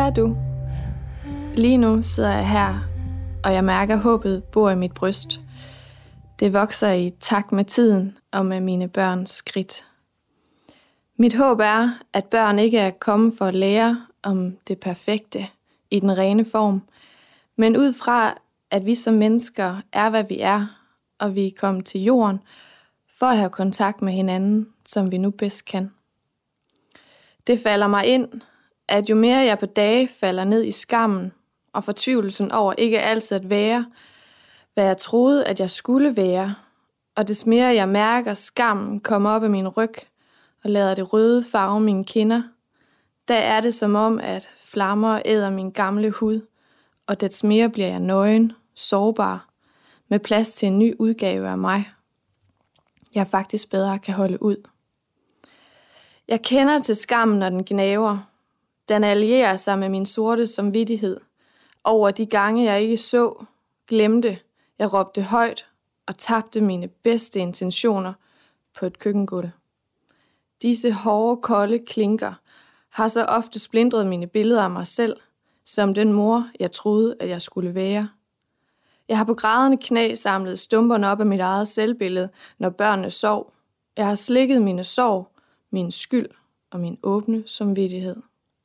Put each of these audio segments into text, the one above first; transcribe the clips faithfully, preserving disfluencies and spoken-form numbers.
Kære du, lige nu sidder jeg her, og jeg mærker, at håbet bor i mit bryst. Det vokser i takt med tiden og med mine børns skridt. Mit håb er, at børn ikke er kommet for at lære om det perfekte i den rene form, men ud fra, at vi som mennesker er, hvad vi er, og vi er kommet til jorden for at have kontakt med hinanden, som vi nu bedst kan. Det falder mig ind, at jo mere jeg på dage falder ned i skammen og fortvivlelsen over ikke altid at være, hvad jeg troede, at jeg skulle være, og des mere jeg mærker skammen komme op af min ryg og lader det røde farve mine kinder, der er det som om, at flammer æder min gamle hud, og des mere bliver jeg nøgen, sårbar, med plads til en ny udgave af mig. Jeg faktisk bedre kan holde ud. Jeg kender til skammen, når den gnaver. Den allierer sig med min sorte samvittighed over de gange, jeg ikke så, glemte, jeg råbte højt og tabte mine bedste intentioner på et køkkengulv. Disse hårde, kolde klinker har så ofte splintret mine billeder af mig selv, som den mor, jeg troede, at jeg skulle være. Jeg har på grædende knæ samlet stumperne op af mit eget selvbillede, når børnene sov. Jeg har slikket mine sorg, min skyld og min åbne samvittighed.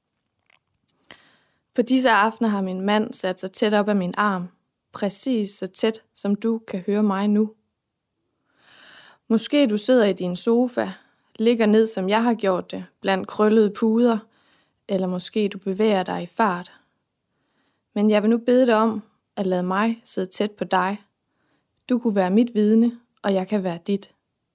På disse aftener har min mand sat sig tæt op af min arm, præcis så tæt, som du kan høre mig nu. Måske du sidder i din sofa, ligger ned, som jeg har gjort det, blandt krøllede puder, eller måske du bevæger dig i fart. Men jeg vil nu bede dig om at lade mig sidde tæt på dig. Du kunne være mit vidne, og jeg kan være dit.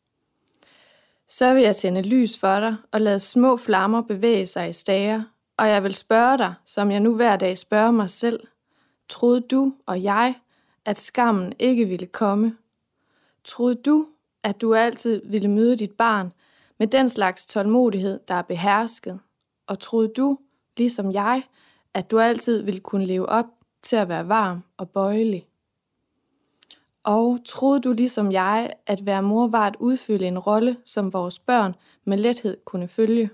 Så vil jeg tænde lys for dig og lade små flammer bevæge sig i stager, og jeg vil spørge dig, som jeg nu hver dag spørger mig selv. Troede du og jeg, at skammen ikke ville komme? Troede du, at du altid ville møde dit barn med den slags tålmodighed, der er behersket? Og troede du, ligesom jeg, at du altid ville kunne leve op til at være varm og bøjelig? Og troede du ligesom jeg, at være mor var at udfylde en rolle, som vores børn med lethed kunne følge?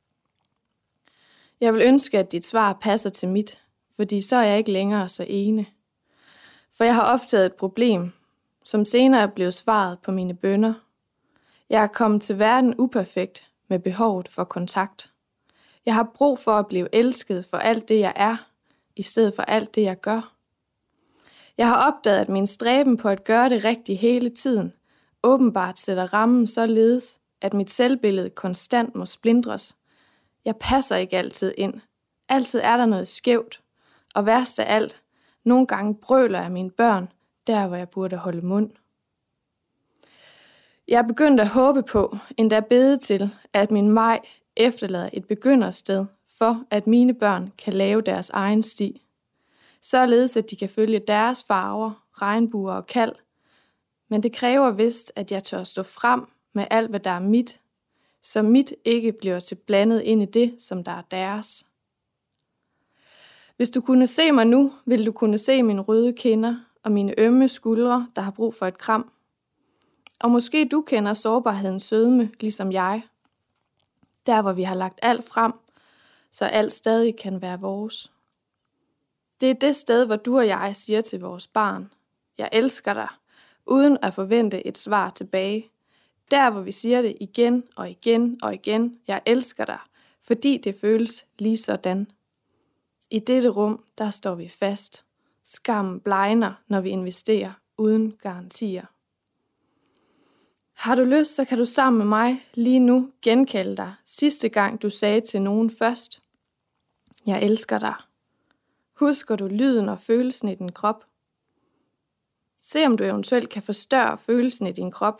Jeg vil ønske, at dit svar passer til mit, fordi så er jeg ikke længere så ene. For jeg har opdaget et problem, som senere er blevet svaret på mine bønner. Jeg er kommet til verden uperfekt med behovet for kontakt. Jeg har brug for at blive elsket for alt det, jeg er, i stedet for alt det, jeg gør. Jeg har opdaget, at min stræben på at gøre det rigtigt hele tiden, åbenbart sætter rammen således, at mit selvbillede konstant må splindres. Jeg passer ikke altid ind. Altid er der noget skævt. Og værst af alt, nogle gange brøler jeg mine børn, der hvor jeg burde holde mund. Jeg er begyndt at håbe på, endda bede til, at min maj efterlader et begyndersted for, at mine børn kan lave deres egen sti. Således at de kan følge deres farver, regnbuer og kald. Men det kræver vist, at jeg tør stå frem med alt, hvad der er mit, så mit ikke bliver til blandet ind i det, som der er deres. Hvis du kunne se mig nu, ville du kunne se mine røde kinder og mine ømme skuldre, der har brug for et kram. Og måske du kender sårbarhedens sødme, ligesom jeg. Der, hvor vi har lagt alt frem, så alt stadig kan være vores. Det er det sted, hvor du og jeg siger til vores barn, jeg elsker dig, uden at forvente et svar tilbage. Der, hvor vi siger det igen og igen og igen, jeg elsker dig, fordi det føles lige sådan. I dette rum, der står vi fast. Skammen blegner, når vi investerer uden garantier. Har du lyst, så kan du sammen med mig lige nu genkalde dig sidste gang, du sagde til nogen først, jeg elsker dig. Husker du lyden og følelsen i din krop? Se om du eventuelt kan forstørre følelsen i din krop.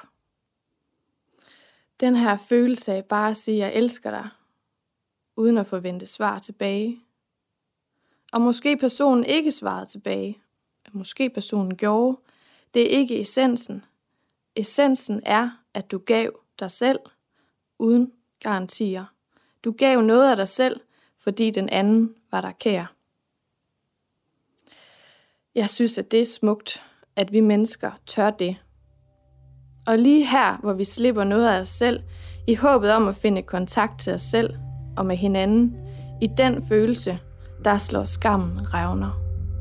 Den her følelse af bare at sige, jeg elsker dig, uden at forvente svar tilbage. Og måske personen ikke svarede tilbage. Måske personen gjorde. Det er ikke essensen. Essensen er, at du gav dig selv uden garantier. Du gav noget af dig selv, fordi den anden var dig kær. Jeg synes, at det er smukt, at vi mennesker tør det. Og lige her, hvor vi slipper noget af os selv, i håbet om at finde kontakt til os selv og med hinanden, i den følelse, der slår skammen revner.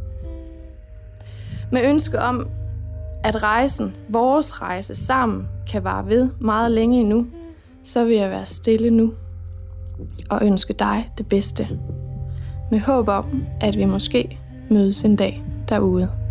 Med ønske om, at rejsen, vores rejse sammen, kan vare ved meget længe endnu, så vil jeg være stille nu og ønske dig det bedste. Med håb om, at vi måske mødes en dag derude.